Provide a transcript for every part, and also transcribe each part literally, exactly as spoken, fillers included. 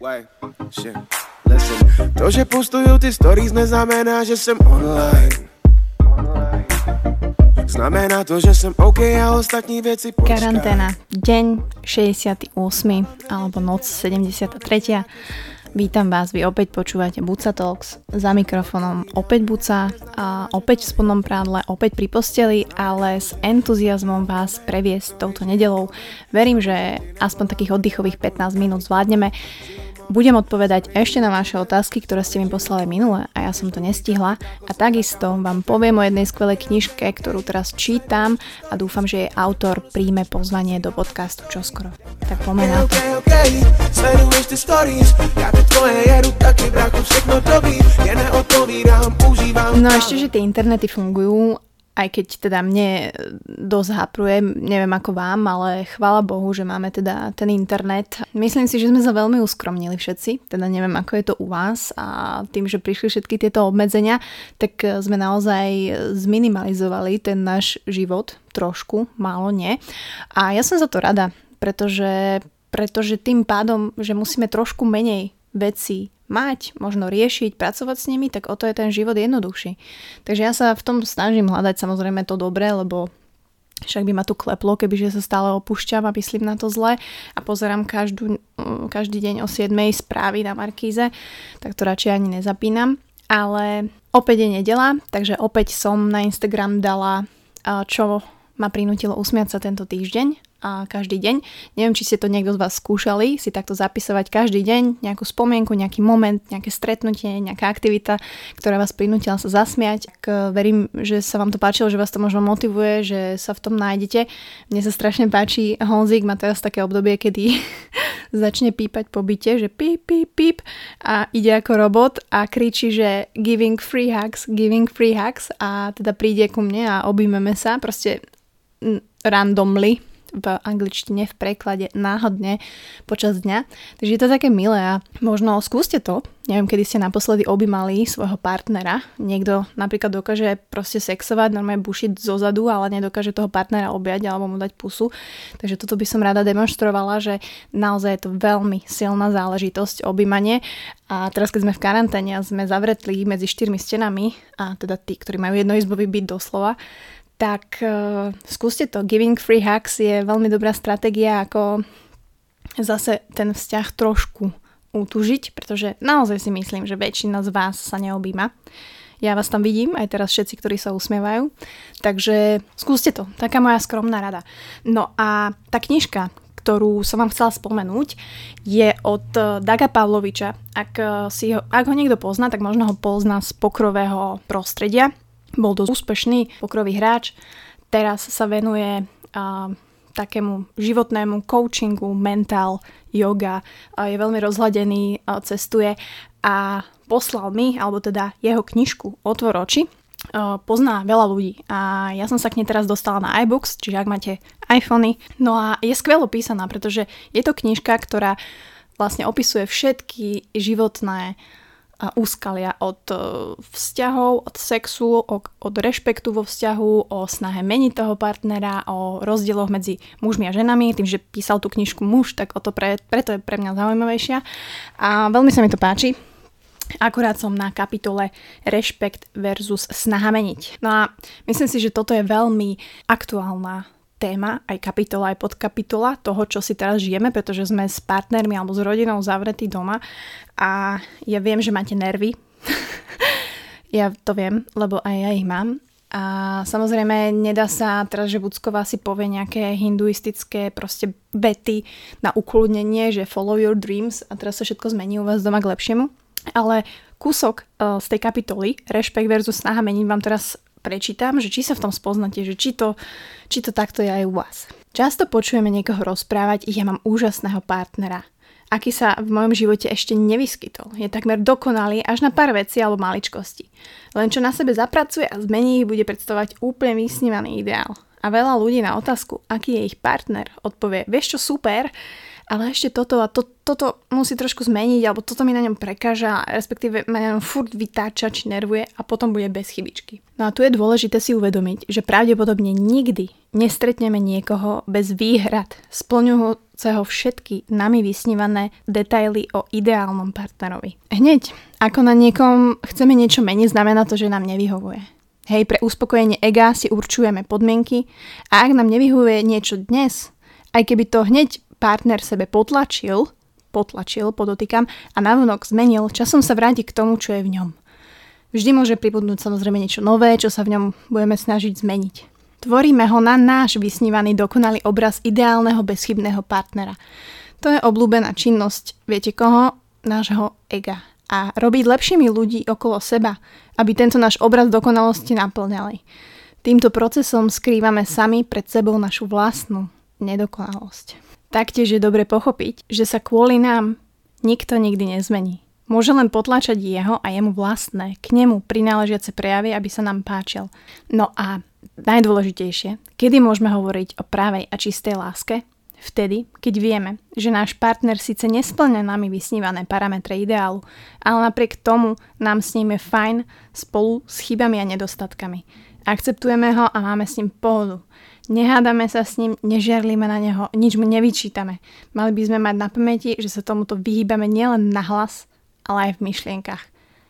Why? Shit. Listen, to, že postujú ty stories, neznamená, že som online. Znamená to, že som OK a ostatní veci počkaj. Karanténa, deň šesťdesiaty ôsmy alebo noc sedemdesiata tretia Vítam vás, vy opäť počúvate Buca Talks, za mikrofónom opäť Buca a opäť v spodnom prádle, opäť pri posteli, ale s entuziasmom vás previesť touto nedeľou. Verím, že aspoň takých oddychových pätnásť minút zvládneme. Budem odpovedať ešte na vaše otázky, ktoré ste mi poslali minule a ja som to nestihla. A takisto vám poviem o jednej skvelej knižke, ktorú teraz čítam a dúfam, že jej autor príjme pozvanie do podcastu čoskoro. Tak poďme na to. No ešte, že tie internety fungujú, aj keď teda mne dosť hapruje, neviem ako vám, ale chvála Bohu, že máme teda ten internet. Myslím si, že sme sa veľmi uskromnili všetci, teda neviem ako je to u vás a tým, že prišli všetky tieto obmedzenia, tak sme naozaj zminimalizovali ten náš život trošku, málo nie. A ja som za to rada, pretože, pretože tým pádom, že musíme trošku menej veci mať, možno riešiť, pracovať s nimi, tak o to je ten život jednoduchší. Takže ja sa v tom snažím hľadať samozrejme to dobré, lebo však by ma tu kleplo, kebyže sa stále opúšťam a myslím na to zle a pozerám každú, každý deň o siedmej správy na Markíze, tak to radšej ani nezapínam. Ale opäť je nedeľa, takže opäť som na Instagram dala, čo ma prinútilo usmiať sa tento týždeň. A každý deň. Neviem, či ste to niekto z vás skúšali, si takto zapisovať každý deň nejakú spomienku, nejaký moment, nejaké stretnutie, nejaká aktivita, ktorá vás prinútila sa zasmiať. Tak verím, že sa vám to páčilo, že vás to možno motivuje, že sa v tom nájdete. Mne sa strašne páči, Honzik má teraz také obdobie, kedy začne pípať po byte, že píp, píp, píp a ide ako robot a kričí, že giving free hugs, giving free hugs a teda príde ku mne a objímeme sa, proste randomly, v angličtine, v preklade, náhodne počas dňa. Takže je to také milé a možno skúste to. Neviem, kedy ste naposledy objímali svojho partnera. Niekto napríklad dokáže proste sexovať, normálne bušiť zozadu, ale nedokáže toho partnera objať alebo mu dať pusu. Takže toto by som rada demonstrovala, že naozaj je to veľmi silná záležitosť objímanie. A teraz, keď sme v karanténe a sme zavretli medzi štyrmi stenami, a teda tí, ktorí majú jednoizbový byt doslova, tak uh, skúste to. Giving free hugs je veľmi dobrá stratégia, ako zase ten vzťah trošku utužiť, pretože naozaj si myslím, že väčšina z vás sa neobjíma. Ja vás tam vidím, aj teraz všetci, ktorí sa usmievajú. Takže skúste to. Taká moja skromná rada. No a tá knižka, ktorú som vám chcela spomenúť, je od Daga Pavloviča. Ak, si ho, ak ho niekto pozná, tak možno ho pozná z pokrového prostredia. Bol dosť úspešný pokrový hráč, teraz sa venuje uh, takému životnému coachingu, mental, yoga, uh, je veľmi rozhľadený, uh, cestuje a poslal mi, alebo teda jeho knižku Otvor oči, uh, pozná veľa ľudí a ja som sa k nej teraz dostala na iBooks, čiže ak máte iPhony, no a je skvelo písaná, pretože je to knižka, ktorá vlastne opisuje všetky životné a úskalia od vzťahov, od sexu, od rešpektu vo vzťahu, o snahe meniť toho partnera, o rozdieloch medzi mužmi a ženami. Tým, že písal tú knižku muž, tak o to pre, preto je pre mňa zaujímavejšia. A veľmi sa mi to páči. Akurát som na kapitole Rešpekt versus snaha meniť. No a myslím si, že toto je veľmi aktuálna téma, aj kapitola, aj podkapitola toho, čo si teraz žijeme, pretože sme s partnermi alebo s rodinou zavretí doma a ja viem, že máte nervy. Ja to viem, lebo aj ja ich mám. A samozrejme nedá sa teraz, že Bucková si povie nejaké hinduistické proste vety na ukludnenie, že follow your dreams a teraz sa všetko zmení u vás doma k lepšiemu. Ale kúsok uh, z tej kapitoly Rešpekt versus snaha meniť vám teraz prečítam, že či sa v tom spoznáte, že či to, či to takto je aj u vás. Často počujeme niekoho rozprávať, ja mám úžasného partnera, aký sa v mojom živote ešte nevyskytol. Je takmer dokonalý až na pár vecí alebo maličkosti. Len čo na sebe zapracuje a zmení, bude predstavovať úplne vysnívaný ideál. A veľa ľudí na otázku, aký je ich partner, odpovie, vieš čo, super, ale ešte toto a to, toto musí trošku zmeniť, alebo toto mi na ňom prekáža, respektíve ma na ňom furt vytáča, či nervuje a potom bude bez chybičky. No a tu je dôležité si uvedomiť, že pravdepodobne nikdy nestretneme niekoho bez výhrad, splňujúceho opakujúceho všetky nami vysnívané detaily o ideálnom partnerovi. Hneď, ako na niekom chceme niečo meniť, znamená to, že nám nevyhovuje. Hej, pre uspokojenie ega si určujeme podmienky a ak nám nevyhovuje niečo dnes, aj keby to hneď partner sebe potlačil, potlačil, podotýkam, a navonok zmenil, časom sa vráti k tomu, čo je v ňom. Vždy môže pribudnúť samozrejme niečo nové, čo sa v ňom budeme snažiť zmeniť. Tvoríme ho na náš vysnívaný dokonalý obraz ideálneho bezchybného partnera. To je obľúbená činnosť, viete koho? Nášho ega. A robiť lepšími ľudí okolo seba, aby tento náš obraz dokonalosti naplňali. Týmto procesom skrývame sami pred sebou našu vlastnú nedokonalosť. Taktiež je dobre pochopiť, že sa kvôli nám nikto nikdy nezmení. Môže len potlačať jeho a jemu vlastné, k nemu prináležiace prejavy, aby sa nám páčil. No a najdôležitejšie, kedy môžeme hovoriť o pravej a čistej láske? Vtedy, keď vieme, že náš partner síce nespĺňa nami vysnívané parametre ideálu, ale napriek tomu nám s ním je fajn spolu s chybami a nedostatkami. Akceptujeme ho a máme s ním pohodu. Nehádame sa s ním, nežiarlíme na neho, nič mu nevyčítame. Mali by sme mať na pamäti, že sa tomuto vyhýbame nielen nahlas, ale aj v myšlienkach.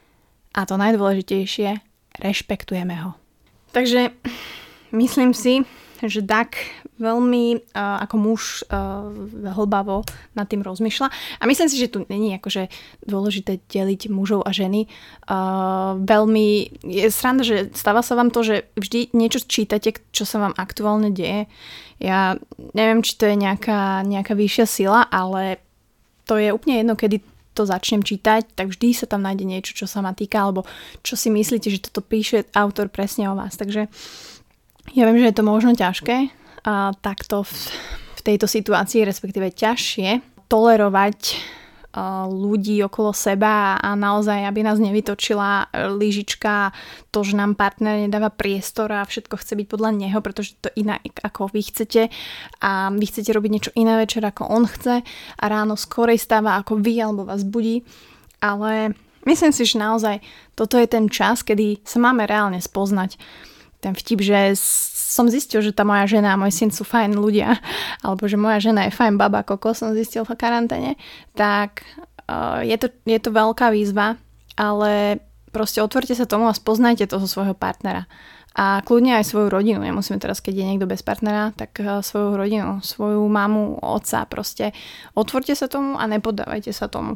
A to najdôležitejšie, rešpektujeme ho. Takže myslím si, že Doug veľmi uh, ako muž uh, hlbavo nad tým rozmýšľa. A myslím si, že tu není akože dôležité deliť mužov a ženy. Uh, veľmi je sranda, že stáva sa vám to, že vždy niečo čítate, čo sa vám aktuálne deje. Ja neviem, či to je nejaká, nejaká vyššia sila, ale to je úplne jedno, kedy to začnem čítať, tak vždy sa tam nájde niečo, čo sa ma týka, alebo čo si myslíte, že toto píše autor presne o vás. Takže ja viem, že je to možno ťažké a takto v, v tejto situácii, respektíve ťažšie, tolerovať uh, ľudí okolo seba a naozaj, aby nás nevytočila lyžička, to, že nám partner nedáva priestor a všetko chce byť podľa neho, pretože to inak ako vy chcete a vy chcete robiť niečo iné večer, ako on chce a ráno skorej stáva ako vy alebo vás budí. Ale myslím si, že naozaj toto je ten čas, kedy sa máme reálne spoznať. Ten vtip, že som zistil, že tá moja žena a môj syn sú fajn ľudia, alebo že moja žena je fajn baba koko, som zistil v karanténe, tak uh, je, to, je to veľká výzva, ale proste otvorte sa tomu a spoznajte toho svojho partnera. A kľudne aj svoju rodinu. Nemusíme teraz, keď je niekto bez partnera, tak uh, svoju rodinu, svoju mamu, otca, proste otvorte sa tomu a nepoddávajte sa tomu.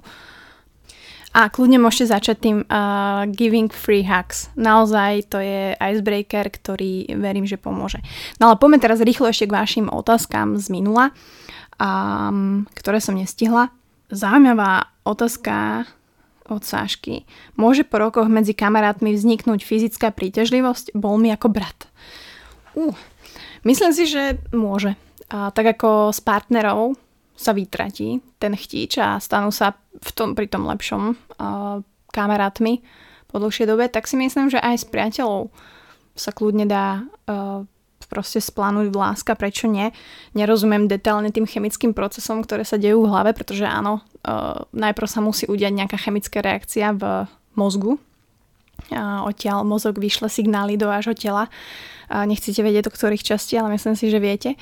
A kľudne môžete začať tým uh, giving free hugs. Naozaj to je icebreaker, ktorý verím, že pomôže. No ale poďme teraz rýchlo ešte k vašim otázkam z minula, um, ktoré som nestihla. Zaujímavá otázka od Sášky. Môže po rokoch medzi kamarátmi vzniknúť fyzická príťažlivosť? Bol mi ako brat. Uh, myslím si, že môže. Uh, tak ako s partnerov sa vytratí ten chtíč a stanú sa v tom, pri tom lepšom uh, kamarátmi po dlhšej dobe, tak si myslím, že aj s priateľov sa kľudne dá uh, proste splánuť láska, prečo nie. Nerozumiem detailne tým chemickým procesom, ktoré sa dejú v hlave, pretože áno, uh, najprv sa musí udiať nejaká chemická reakcia v mozgu. Uh, odtiaľ mozog vyšle signály do vášho tela. Uh, nechcete vedieť do ktorých častí, ale myslím si, že viete.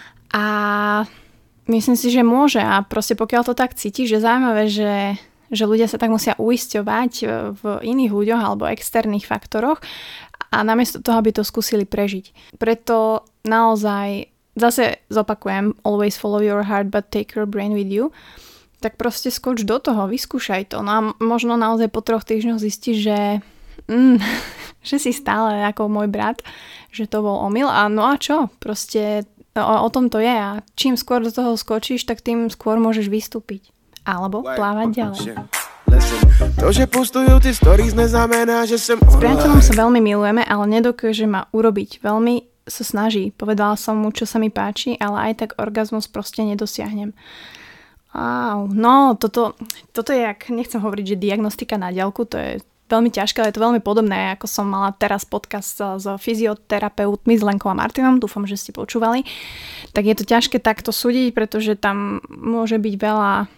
A myslím si, že môže a proste pokiaľ to tak cítiš, že zaujímavé, že, že ľudia sa tak musia uisťovať v iných ľuďoch alebo externých faktoroch a namiesto toho, aby to skúsili prežiť. Preto naozaj, zase zopakujem, always follow your heart but take your brain with you, tak proste skoč do toho, vyskúšaj to. No a možno naozaj po troch týždňoch zistíš, že, mm, že si stále ako môj brat, že to bol omyl a no a čo? Proste O, o tom to je a čím skôr do toho skočíš, tak tým skôr môžeš vystúpiť. Alebo plávať ďalej. To, že postujú ty stories, neznamená, že som S priateľom sa veľmi milujeme, ale nedokáže ma urobiť. Veľmi sa snaží. Povedala som mu, čo sa mi páči, ale aj tak orgazmus proste nedosiahnem. Au, no, toto, toto je, jak, nechcem hovoriť, že diagnostika na diaľku, to je veľmi ťažké, ale je to veľmi podobné, ako som mala teraz podcast s fyzioterapeutmi, s Lenkou a Martinom, dúfam, že ste počúvali. Tak je to ťažké takto súdiť, pretože tam môže byť veľa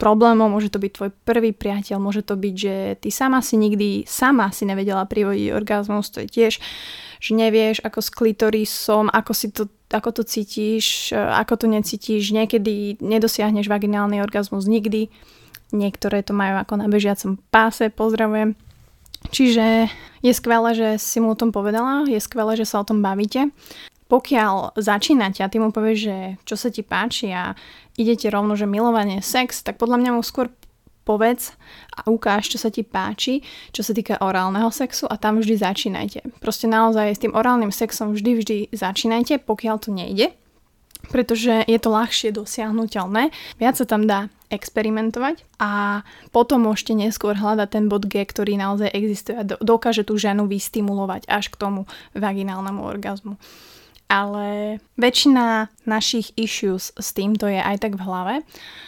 problémov, môže to byť tvoj prvý priateľ, môže to byť, že ty sama si nikdy sama si nevedela privodiť orgazmus, to je tiež, že nevieš, ako s klitorisom, ako si to, ako to cítiš, ako to necítiš, niekedy nedosiahneš vaginálny orgazmus nikdy, niektoré to majú ako na bežiacom páse, pozdravujem. Čiže je skvelé, že si mu o tom povedala, je skvelé, že sa o tom bavíte. Pokiaľ začínate a ty mu povieš, že čo sa ti páči a idete rovno, že milovanie, sex, tak podľa mňa mu skôr povedz a ukáž, čo sa ti páči, čo sa týka orálneho sexu a tam vždy začínajte. Proste naozaj s tým orálnym sexom vždy, vždy začínajte, pokiaľ to nejde, pretože je to ľahšie dosiahnuteľné. Viac sa tam dá experimentovať a potom môžete neskôr hľadať ten bod G, ktorý naozaj existuje a dokáže tú ženu vystimulovať až k tomu vaginálnemu orgazmu. Ale väčšina našich issues s týmto je aj tak v hlave,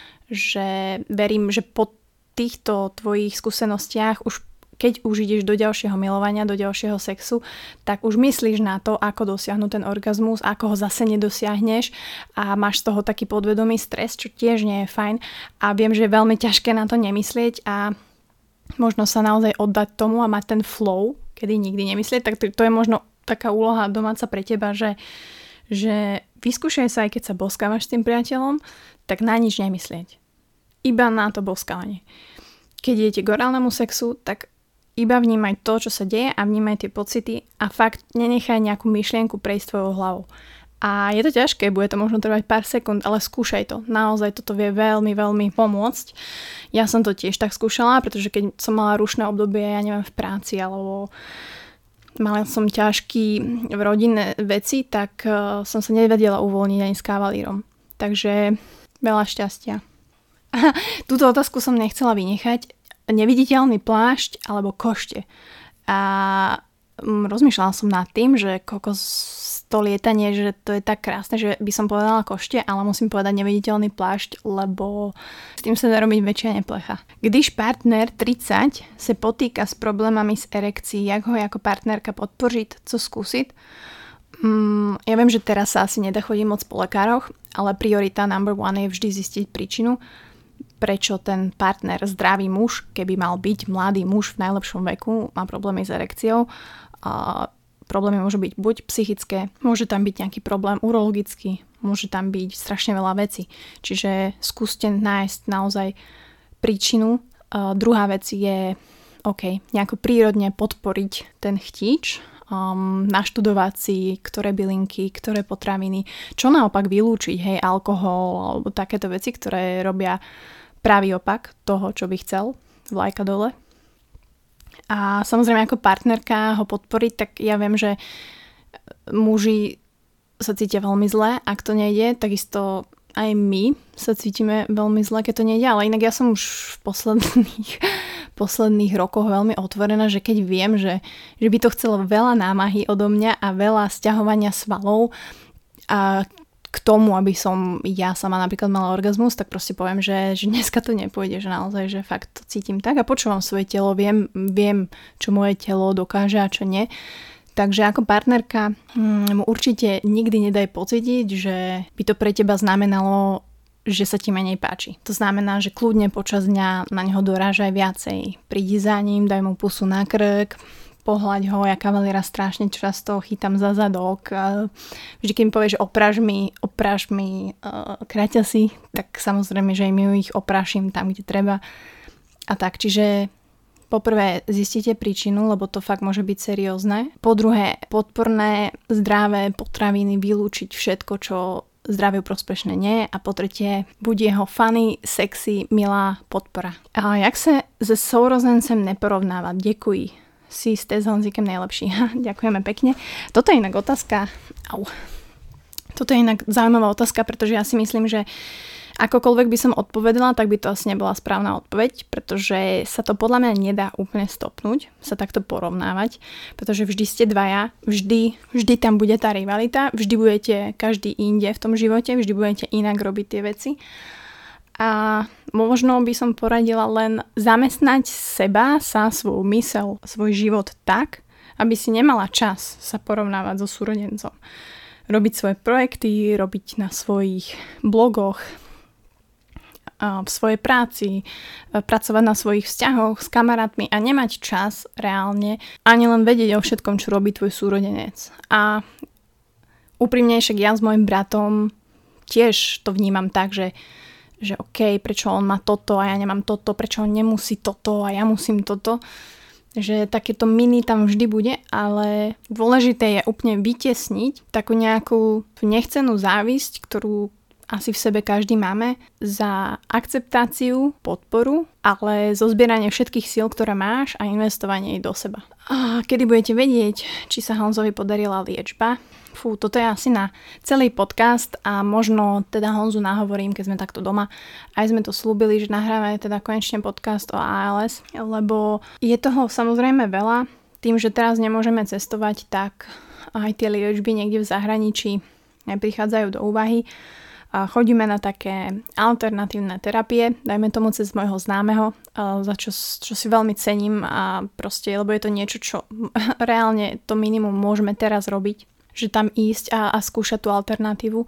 že verím, že po týchto tvojich skúsenostiach už keď už ideš do ďalšieho milovania, do ďalšieho sexu, tak už myslíš na to, ako dosiahnuť ten orgazmus, ako ho zase nedosiahneš a máš z toho taký podvedomý stres, čo tiež nie je fajn a viem, že je veľmi ťažké na to nemyslieť a možno sa naozaj oddať tomu a mať ten flow, kedy nikdy nemyslieť, tak to je možno taká úloha domáca pre teba, že, že vyskúšaj sa, aj keď sa boskávaš s tým priateľom, tak na nič nemyslieť. Iba na to boskávanie. Keď idete k orálnemu sexu, tak iba vnímaj to, čo sa deje a vnímaj tie pocity a fakt nenechaj nejakú myšlienku prejsť tvojou hlavou. A je to ťažké, bude to možno trvať pár sekúnd, ale skúšaj to. Naozaj toto vie veľmi, veľmi pomôcť. Ja som to tiež tak skúšala, pretože keď som mala rušné obdobie, ja neviem, v práci alebo mala som ťažký v rodinné veci, tak uh, som sa nevedela uvoľniť ani s kavalírom. Takže veľa šťastia. Túto otázku som nechcela vynechať. Neviditeľný plášť alebo košte. A rozmýšľala som nad tým, že kokos to lietanie, že to je tak krásne, že by som povedala košte, ale musím povedať neviditeľný plášť, lebo s tým sa dá robiť väčšia neplecha. Když partner tridsať se potýka s problémami s erekcií, jak ho ako partnerka podporiť, co skúsiť? Mm, ja viem, že teraz sa asi nedá chodiť moc po lekároch, ale priorita number one je vždy zistiť príčinu, prečo ten partner, zdravý muž, keby mal byť mladý muž v najlepšom veku, má problémy s erekciou. A problémy môžu byť buď psychické, môže tam byť nejaký problém urologický, môže tam byť strašne veľa vecí. Čiže skúste nájsť naozaj príčinu. A druhá vec je, OK, nejako prírodne podporiť ten chtíč, um, naštudovať si, ktoré bylinky, ktoré potraviny, čo naopak vylúčiť, hej, alkohol alebo takéto veci, ktoré robia pravý opak toho, čo by chcel, vlajka dole. A samozrejme ako partnerka ho podporiť, tak ja viem, že muži sa cítia veľmi zle, ak to nejde, takisto aj my sa cítime veľmi zle, keď to nejde, ale inak ja som už v posledných, posledných rokoch veľmi otvorená, že keď viem, že, že by to chcelo veľa námahy odo mňa a veľa sťahovania svalov a k tomu, aby som ja sama napríklad mala orgazmus, tak proste poviem, že, že dneska to nepôjde, že naozaj, že fakt to cítim tak a počúvam svoje telo, viem, viem, čo moje telo dokáže a čo nie. Takže ako partnerka mu hm, určite nikdy nedaj pocítiť, že by to pre teba znamenalo, že sa ti menej páči. To znamená, že kľudne počas dňa na neho dorážaj viacej. Prídi za ním, daj mu pusu na krk, pohľaď ho, ja kavaliera strašne často chytám za zadok. Vždy, keď mi povieš, že opráš mi, opráš mi uh, kraťasy, tak samozrejme, že im ich oprášim tam, kde treba. A tak, čiže poprvé zistite príčinu, lebo to fakt môže byť seriózne. Po druhé, podporné, zdravé potraviny, vylúčiť všetko, čo zdraviu prospešné nie. A po tretie, buď jeho funny, sexy, milá podpora. A jak sa se sourozencem neporovnávať? Děkuji. Si ste s Honzíkem najlepší. Ďakujeme pekne. Toto je inak otázka. Au. Toto je inak zaujímavá otázka, pretože ja si myslím, že akokoľvek by som odpovedala, tak by to asi nebola správna odpoveď, pretože sa to podľa mňa nedá úplne stopnúť, sa takto porovnávať, pretože vždy ste dvaja, vždy, vždy tam bude tá rivalita, vždy budete každý inde v tom živote, vždy budete inak robiť tie veci. A možno by som poradila len zamestnať seba, sa, svoju mysel, svoj život tak, aby si nemala čas sa porovnávať so súrodencom. Robiť svoje projekty, robiť na svojich blogoch, v svojej práci, pracovať na svojich vzťahoch s kamarátmi a nemať čas reálne ani len vedieť o všetkom, čo robí tvoj súrodenec. A úprimne však ja s mojim bratom tiež to vnímam tak, že, že OK, prečo on má toto a ja nemám toto, prečo on nemusí toto a ja musím toto. Že takéto mini tam vždy bude, ale dôležité je úplne vytiesniť takú nejakú nechcenú závisť, ktorú asi v sebe každý máme, za akceptáciu, podporu, ale zozbieranie všetkých síl, ktoré máš a investovanie ich do seba. A kedy budete vedieť, či sa Honzovi podarila liečba? Fú, toto je asi na celý podcast a možno teda Honzu nahovorím, keď sme takto doma. Aj sme to slúbili, že nahráme teda konečne podcast o á el es, lebo je toho samozrejme veľa. Tým, že teraz nemôžeme cestovať, tak aj tie liečby niekde v zahraničí neprichádzajú do úvahy. Chodíme na také alternatívne terapie, dajme tomu cez môjho známeho, za čo, čo si veľmi cením a proste, lebo je to niečo, čo reálne to minimum môžeme teraz robiť, že tam ísť a, a skúšať tú alternatívu.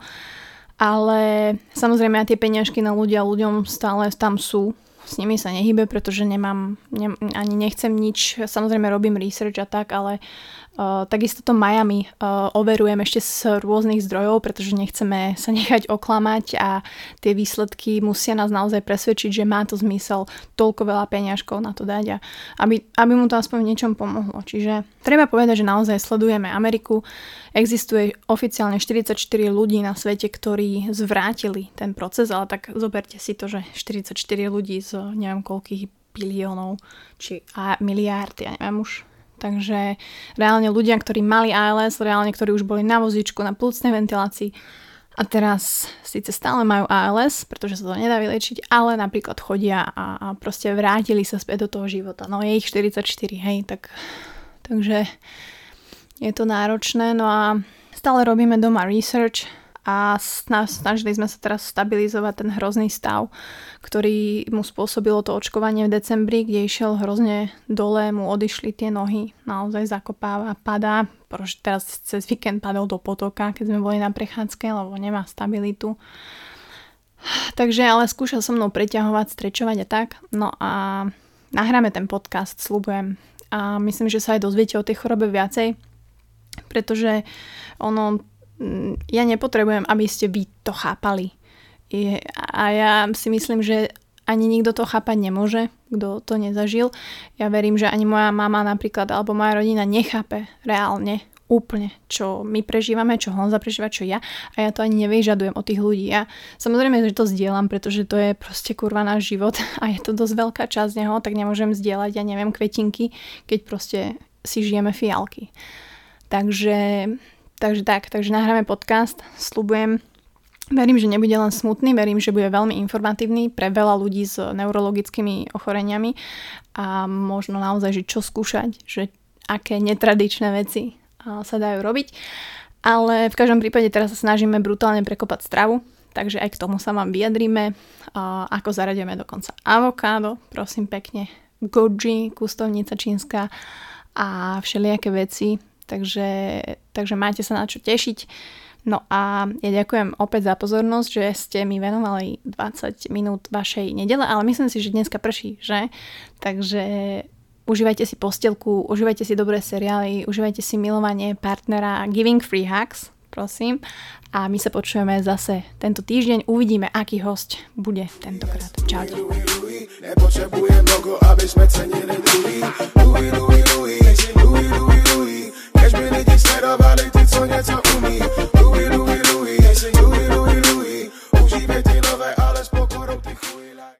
Ale samozrejme aj tie peňažky na ľudia ľuďom stále tam sú. S nimi sa nehybe, pretože nemám, ne, ani nechcem nič, samozrejme robím research a tak, ale uh, takisto to Miami uh, overujem ešte z rôznych zdrojov, pretože nechceme sa nechať oklamať a tie výsledky musia nás naozaj presvedčiť, že má to zmysel toľko veľa peňažkov na to dať a aby, aby mu to aspoň v niečom pomohlo. Čiže treba povedať, že naozaj sledujeme Ameriku. Existuje oficiálne štyridsaťštyri ľudí na svete, ktorí zvrátili ten proces, ale tak zoberte si to, že štyridsaťštyri ľudí z neviem koľkých biliónov či a miliárd, ja neviem už. Takže reálne ľudia, ktorí mali á el es, reálne ktorí už boli na vozíčku, na plúcnej ventilácii a teraz síce stále majú á el es, pretože sa to nedá vyliečiť, ale napríklad chodia a, a proste vrátili sa späť do toho života. No je ich štyridsaťštyri, hej, tak takže je to náročné, no a stále robíme doma research a snažili sme sa teraz stabilizovať ten hrozný stav, ktorý mu spôsobilo to očkovanie v decembri, kde išiel hrozne dole, mu odišli tie nohy, naozaj zakopáva, padá, teraz cez víkend padol do potoka, keď sme boli na prechádzke, lebo nemá stabilitu. Takže ale skúšal so mnou preťahovať, strečovať a tak, no a nahráme ten podcast, sľubujem. A myslím, že sa aj dozviete o tej chorobe viacej, pretože ono, ja nepotrebujem, aby ste vy to chápali. Je, a ja si myslím, že ani nikto to chápať nemôže, kto to nezažil. Ja verím, že ani moja mama napríklad, alebo moja rodina nechápe reálne úplne, čo my prežívame, čo Honza prežíva, čo ja. A ja to ani nevyžadujem od tých ľudí. Ja samozrejme, že to zdieľam, pretože to je proste kurva náš život a je to dosť veľká časť neho, tak nemôžem zdieľať, ja neviem, kvetinky, keď proste si žijeme fialky. Takže, takže tak, takže nahráme podcast, sľubujem. Verím, že nebude len smutný, verím, že bude veľmi informatívny pre veľa ľudí s neurologickými ochoreniami a možno naozaj, že čo skúšať, že aké netradičné veci sa dajú robiť. Ale v každom prípade teraz sa snažíme brutálne prekopať stravu, takže aj k tomu sa vám vyjadríme, ako zaradíme dokonca avokádo, prosím pekne, goji, kustovnica čínska a všelijaké veci. Takže, takže máte sa na čo tešiť. No a ja ďakujem opäť za pozornosť, že ste mi venovali dvadsať minút vašej nedele, ale myslím si, že dneska prší, že? Takže užívajte si posteľku, užívajte si dobré seriály, užívajte si milovanie partnera, giving free hugs, prosím. A my sa počujeme zase tento týždeň. Uvidíme, aký hosť bude tentokrát. Čaute. Nepotrebujem logo, aby sme cenili druhý. Louis, Louis, Louis, Louis, Louis, Louis. Keď mi lidi sledovali, ty co něco umí. Louis, Louis.